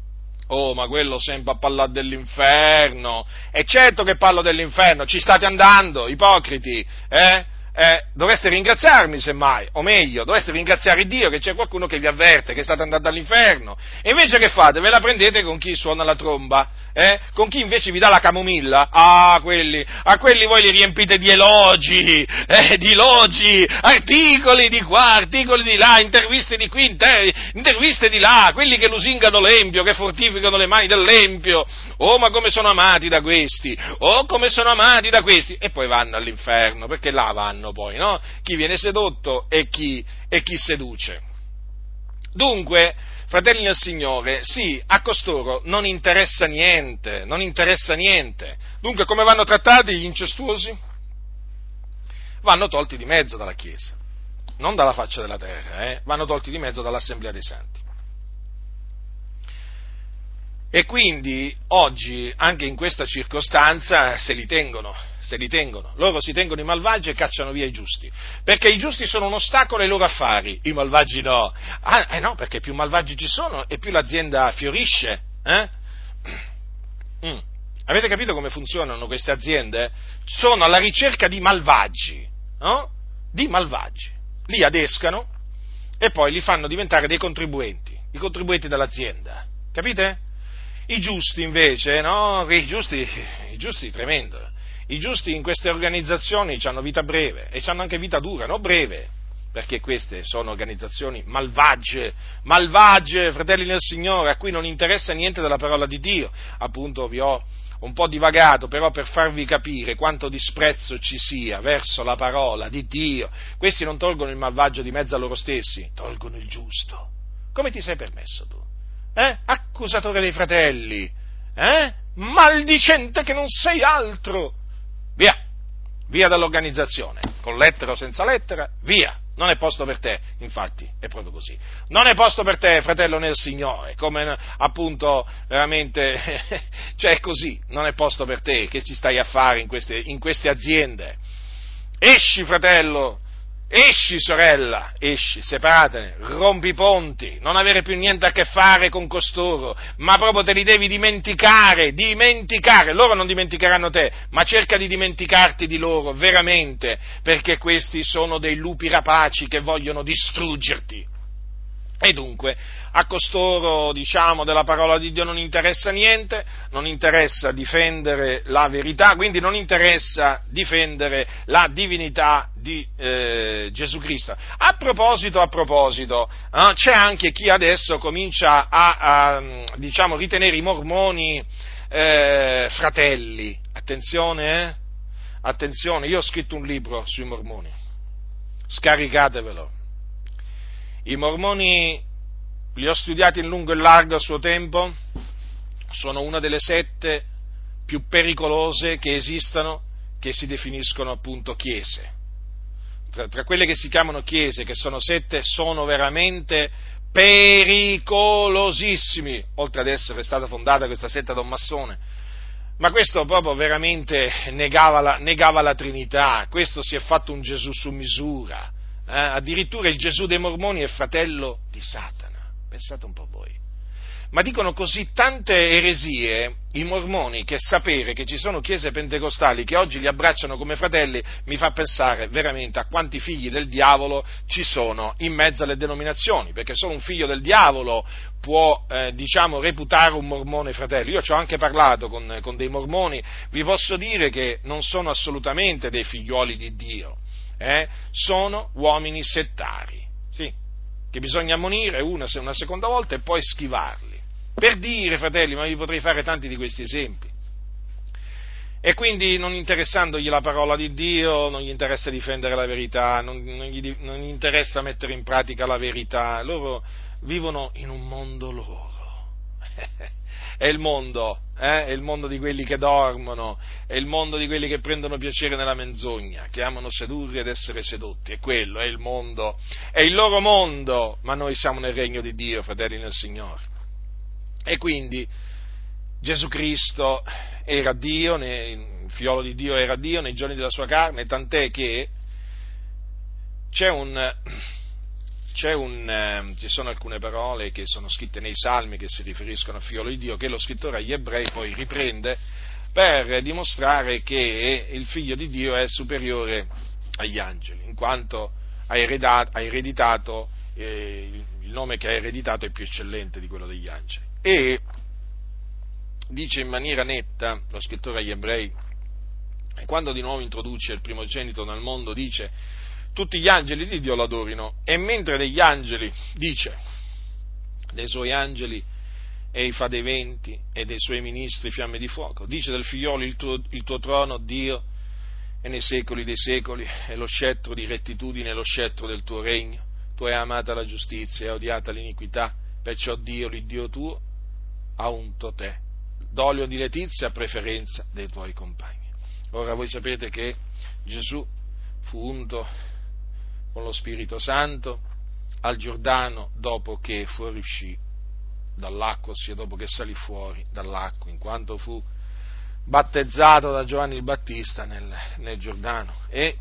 Oh, ma quello sempre a parlare dell'inferno, e certo che parlo dell'inferno, ci state andando, ipocriti, eh? Eh, dovreste ringraziarmi semmai, o meglio, dovreste ringraziare Dio che c'è qualcuno che vi avverte che state andando all'inferno, e invece che fate? Ve la prendete con chi suona la tromba, eh? Con chi invece vi dà la camomilla? Ah, quelli, a quelli voi li riempite di elogi, eh, di elogi, articoli di qua, articoli di là, interviste di qui, inter- interviste di là, quelli che lusingano l'empio, che fortificano le mani dell'empio, oh, ma come sono amati da questi, oh, come sono amati da questi, e poi vanno all'inferno, perché là vanno poi, no? Chi viene sedotto e chi, e chi seduce. Dunque, fratelli nel Signore, sì, a costoro non interessa niente, non interessa niente. Dunque, come vanno trattati gli incestuosi? Vanno tolti di mezzo dalla Chiesa, non dalla faccia della terra, eh? Vanno tolti di mezzo dall'Assemblea dei Santi. E quindi oggi, anche in questa circostanza, se li tengono, se li tengono. Loro si tengono i malvagi e cacciano via i giusti, perché i giusti sono un ostacolo ai loro affari, i malvagi no. Ah, eh no, perché più malvagi ci sono e più l'azienda fiorisce. Eh? Mm. Avete capito come funzionano queste aziende? Sono alla ricerca di malvagi, no? Di malvagi. Li adescano e poi li fanno diventare dei contribuenti, i contribuenti dell'azienda. Capite? I giusti invece, no? I giusti, i giusti tremendo. I giusti in queste organizzazioni hanno vita breve e hanno anche vita dura, no breve, perché queste sono organizzazioni malvagie, malvagie, fratelli nel Signore, a cui non interessa niente della parola di Dio. Appunto vi ho, un po' divagato, però per farvi capire quanto disprezzo ci sia verso la parola di Dio. Questi non tolgono il malvagio di mezzo a loro stessi, tolgono il giusto. Come ti sei permesso tu? Eh? Accusatore dei fratelli, eh? Maldicente che non sei altro. Via, via dall'organizzazione, con lettera o senza lettera, via. Non è posto per te, infatti, è proprio così. Non è posto per te, fratello nel Signore, come appunto veramente, cioè è così, non è posto per te, che ci stai a fare in queste, in queste aziende. Esci, fratello, esci, sorella, esci, separatene, rompi i ponti, non avere più niente a che fare con costoro, ma proprio te li devi dimenticare, dimenticare, loro non dimenticheranno te, ma cerca di dimenticarti di loro, veramente, perché questi sono dei lupi rapaci che vogliono distruggerti. E dunque, a costoro, diciamo, della parola di Dio non interessa niente, non interessa difendere la verità, quindi non interessa difendere la divinità di eh, Gesù Cristo. A proposito, a proposito, eh, c'è anche chi adesso comincia a, a diciamo, ritenere i mormoni eh, fratelli. Attenzione, eh? Attenzione, io ho scritto un libro sui mormoni, scaricatevelo. I mormoni li ho studiati in lungo e largo a suo tempo, sono una delle sette più pericolose che esistano, che si definiscono appunto chiese. Tra, tra quelle che si chiamano chiese, che sono sette, sono veramente pericolosissimi, oltre ad essere stata fondata questa setta da un massone. Ma questo proprio veramente negava la, negava la Trinità, questo si è fatto un Gesù su misura. Eh, addirittura il Gesù dei mormoni è fratello di Satana, pensate un po' voi. Ma dicono così tante eresie i mormoni che sapere che ci sono chiese pentecostali che oggi li abbracciano come fratelli mi fa pensare veramente a quanti figli del diavolo ci sono in mezzo alle denominazioni, perché solo un figlio del diavolo può eh, diciamo reputare un mormone fratello. Io ci ho anche parlato con, con dei mormoni, vi posso dire che non sono assolutamente dei figliuoli di Dio. Eh, sono uomini settari, sì, che bisogna ammonire una, una seconda volta e poi schivarli. Per dire, fratelli, ma vi potrei fare tanti di questi esempi. E quindi, non interessandogli la parola di Dio, non gli interessa difendere la verità, non, non, gli, non gli interessa mettere in pratica la verità, loro vivono in un mondo loro. È il mondo, eh? È il mondo di quelli che dormono, è il mondo di quelli che prendono piacere nella menzogna, che amano sedurre ed essere sedotti, è quello, è il mondo, è il loro mondo, ma noi siamo nel regno di Dio, fratelli nel Signore. E quindi Gesù Cristo era Dio, il figliolo di Dio era Dio nei giorni della sua carne, tant'è che c'è un... C'è un, eh, ci sono alcune parole che sono scritte nei Salmi che si riferiscono al figliolo di Dio, che lo scrittore agli ebrei poi riprende per dimostrare che il figlio di Dio è superiore agli angeli, in quanto ha, eredato, ha ereditato, eh, il nome che ha ereditato è più eccellente di quello degli angeli. E dice in maniera netta lo scrittore agli ebrei, quando di nuovo introduce il primogenito nel mondo, dice: tutti gli angeli di Dio lo adorino, e mentre degli angeli, dice, dei suoi angeli e fa dei venti e dei suoi ministri fiamme di fuoco, dice del figliolo il tuo, il tuo trono, Dio, e nei secoli dei secoli, e lo scettro di rettitudine, e lo scettro del tuo regno, tu hai amata la giustizia e odiata l'iniquità, perciò Dio, l'Iddio tuo, ha unto te, d'olio di letizia a preferenza dei tuoi compagni. Ora voi sapete che Gesù fu unto con lo Spirito Santo al Giordano dopo che fuoriuscì dall'acqua, ossia dopo che salì fuori dall'acqua, in quanto fu battezzato da Giovanni il Battista nel, nel Giordano. E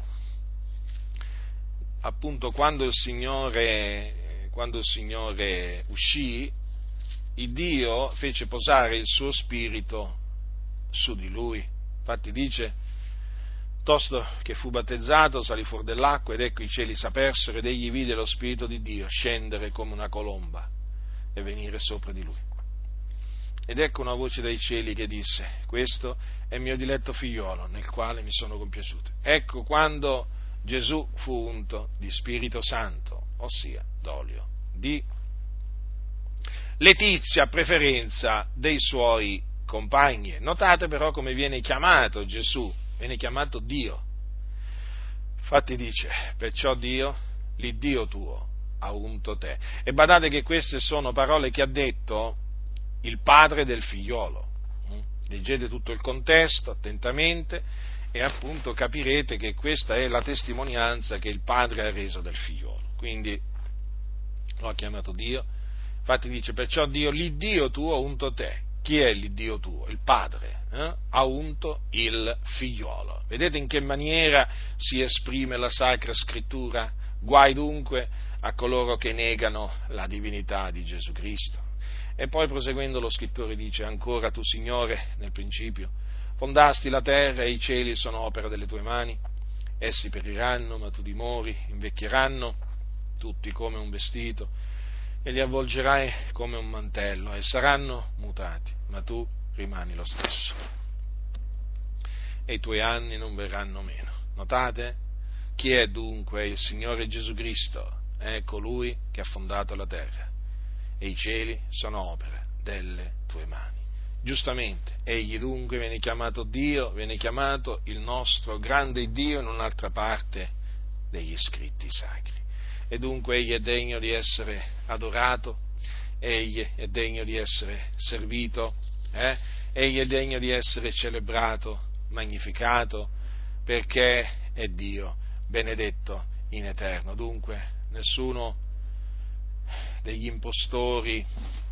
appunto quando il Signore, quando il Signore uscì, il Dio fece posare il suo Spirito su di lui. Infatti dice: piuttosto che fu battezzato, salì fuori dell'acqua, ed ecco i cieli s'apersero, ed egli vide lo Spirito di Dio scendere come una colomba e venire sopra di lui. Ed ecco una voce dai cieli che disse: questo è il mio diletto figliolo, nel quale mi sono compiaciuto. Ecco quando Gesù fu unto di Spirito Santo, ossia d'olio di letizia a preferenza dei suoi compagni. Notate però come viene chiamato Gesù, viene chiamato Dio. Infatti dice, perciò Dio, l'Iddio tuo, ha unto te. E badate che queste sono parole che ha detto il padre del figliolo. Leggete tutto il contesto attentamente e appunto capirete che questa è la testimonianza che il padre ha reso del figliolo. Quindi lo ha chiamato Dio. Infatti dice, perciò Dio, l'Iddio tuo ha unto te. Chi è l'Iddio tuo? Il Padre, eh? ha unto il figliolo. Vedete in che maniera si esprime la Sacra Scrittura? Guai dunque a coloro che negano la divinità di Gesù Cristo. E poi proseguendo lo scrittore dice, ancora tu Signore, nel principio, fondasti la terra e i cieli sono opera delle tue mani, essi periranno, ma tu dimori, invecchieranno tutti come un vestito, e li avvolgerai come un mantello, e saranno mutati, ma tu rimani lo stesso, e i tuoi anni non verranno meno. Notate? Chi è dunque il Signore Gesù Cristo? È colui che ha fondato la terra, e i cieli sono opera delle tue mani. Giustamente, egli dunque viene chiamato Dio, viene chiamato il nostro grande Dio in un'altra parte degli scritti sacri. E dunque egli è degno di essere adorato, egli è degno di essere servito, eh? egli è degno di essere celebrato, magnificato, perché è Dio, benedetto in eterno. Dunque nessuno degli impostori,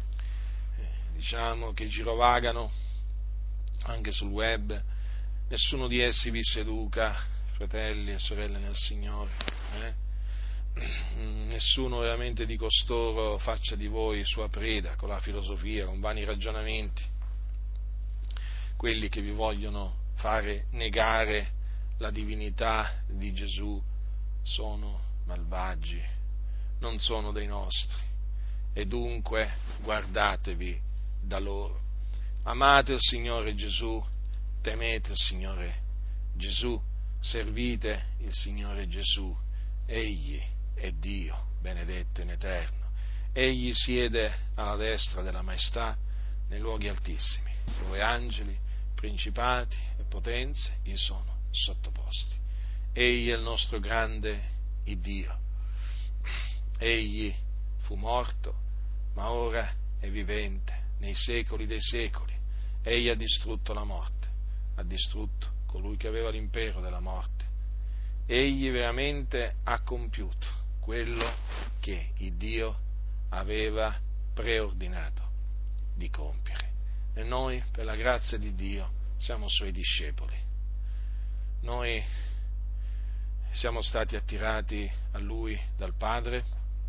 diciamo, che girovagano anche sul web, nessuno di essi vi seduca, fratelli e sorelle nel Signore, eh? Nessuno veramente di costoro faccia di voi sua preda con la filosofia, con vani ragionamenti, quelli che vi vogliono fare negare la divinità di Gesù sono malvagi, non sono dei nostri, e dunque guardatevi da loro. Amate il Signore Gesù, temete il Signore Gesù, servite il Signore Gesù, egli è Dio, benedetto in eterno, egli siede alla destra della maestà nei luoghi altissimi, dove angeli, principati e potenze gli sono sottoposti. Egli è il nostro grande Iddio, egli fu morto, ma ora è vivente nei secoli dei secoli, egli ha distrutto la morte, ha distrutto colui che aveva l'impero della morte, egli veramente ha compiuto quello che il Dio aveva preordinato di compiere. E noi, per la grazia di Dio, siamo suoi discepoli. Noi siamo stati attirati a Lui dal Padre,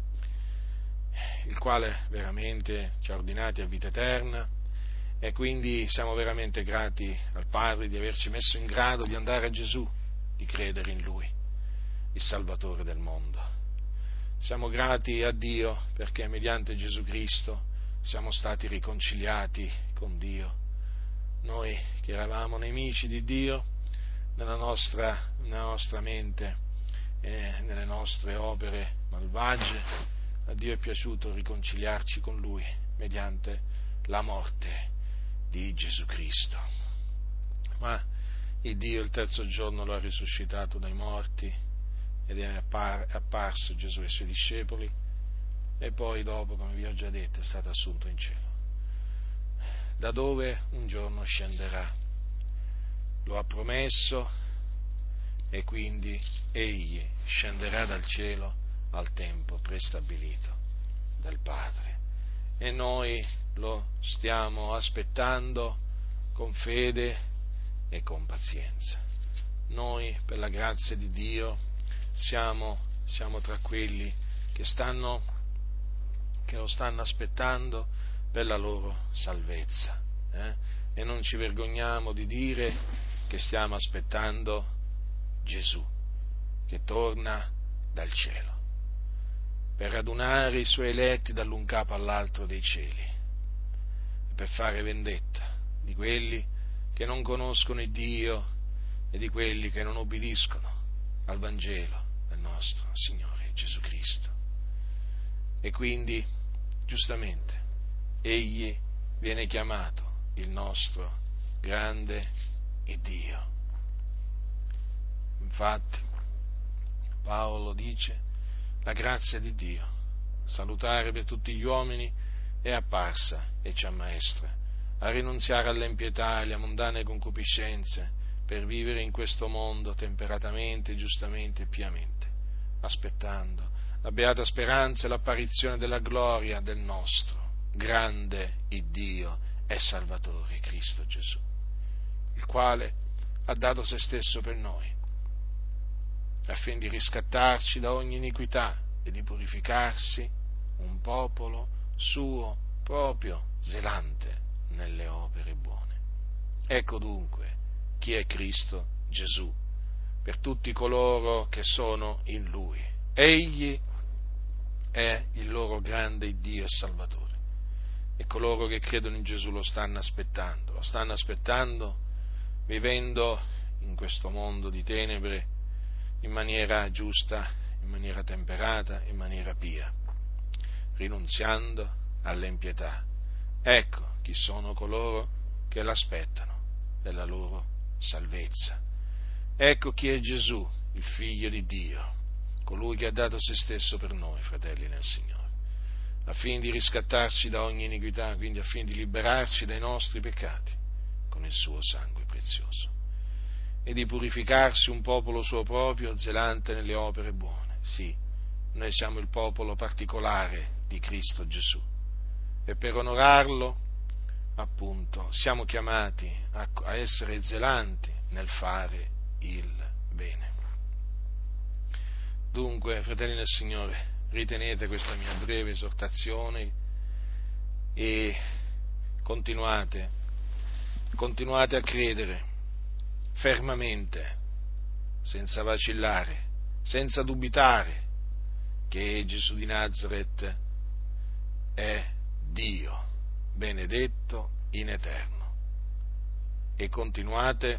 il quale veramente ci ha ordinati a vita eterna, e quindi siamo veramente grati al Padre di averci messo in grado di andare a Gesù, di credere in Lui, il Salvatore del mondo. Siamo grati a Dio perché mediante Gesù Cristo siamo stati riconciliati con Dio. Noi che eravamo nemici di Dio, nella nostra, nella nostra mente e nelle nostre opere malvagie, a Dio è piaciuto riconciliarci con Lui mediante la morte di Gesù Cristo. Ma il Dio il terzo giorno lo ha risuscitato dai morti ed è apparso Gesù ai Suoi discepoli, e poi dopo, come vi ho già detto, è stato assunto in cielo, da dove un giorno scenderà. Lo ha promesso, e quindi egli scenderà dal cielo al tempo prestabilito dal Padre, e noi lo stiamo aspettando con fede e con pazienza. Noi, per la grazia di Dio, siamo, siamo tra quelli che stanno, che lo stanno aspettando per la loro salvezza, eh? E non ci vergogniamo di dire che stiamo aspettando Gesù, che torna dal cielo, per radunare i Suoi eletti dall'un capo all'altro dei cieli, per fare vendetta di quelli che non conoscono il Dio e di quelli che non obbediscono al Vangelo del nostro Signore Gesù Cristo. E quindi, giustamente, egli viene chiamato il nostro grande Dio. Infatti, Paolo dice, la grazia di Dio, salutare per tutti gli uomini, è apparsa e ci ammaestra a rinunziare all'empietà e alle mondane concupiscenze per vivere in questo mondo temperatamente, giustamente e piamente, aspettando la beata speranza e l'apparizione della gloria del nostro grande Iddio e Salvatore Cristo Gesù, il quale ha dato se stesso per noi, affinché di riscattarci da ogni iniquità e di purificarsi un popolo suo proprio, zelante nelle opere buone. Ecco dunque chi è Cristo Gesù per tutti coloro che sono in Lui. Egli è il loro grande Dio e Salvatore, e coloro che credono in Gesù lo stanno aspettando, lo stanno aspettando vivendo in questo mondo di tenebre in maniera giusta, in maniera temperata, in maniera pia, rinunziando all'empietà. Ecco chi sono coloro che l'aspettano della loro salvezza. Ecco chi è Gesù, il Figlio di Dio, colui che ha dato se stesso per noi, fratelli nel Signore, affin di riscattarci da ogni iniquità, quindi affin di liberarci dai nostri peccati con il suo sangue prezioso, e di purificarsi un popolo suo proprio, zelante nelle opere buone. Sì, noi siamo il popolo particolare di Cristo Gesù, e per onorarlo, appunto, siamo chiamati a, a essere zelanti nel fare il bene. Dunque, fratelli del Signore, ritenete questa mia breve esortazione e continuate, continuate a credere fermamente, senza vacillare, senza dubitare, che Gesù di Nazaret è Dio, benedetto in eterno, e continuate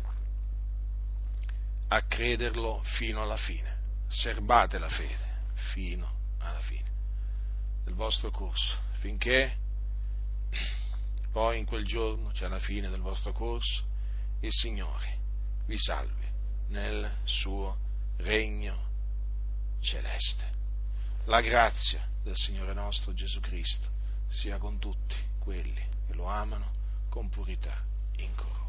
a crederlo fino alla fine, serbate la fede fino alla fine del vostro corso, finché poi in quel giorno, cioè alla fine del vostro corso, il Signore vi salvi nel suo regno celeste. La grazia del Signore nostro Gesù Cristo sia con tutti quelli che lo amano con purità incorrotta.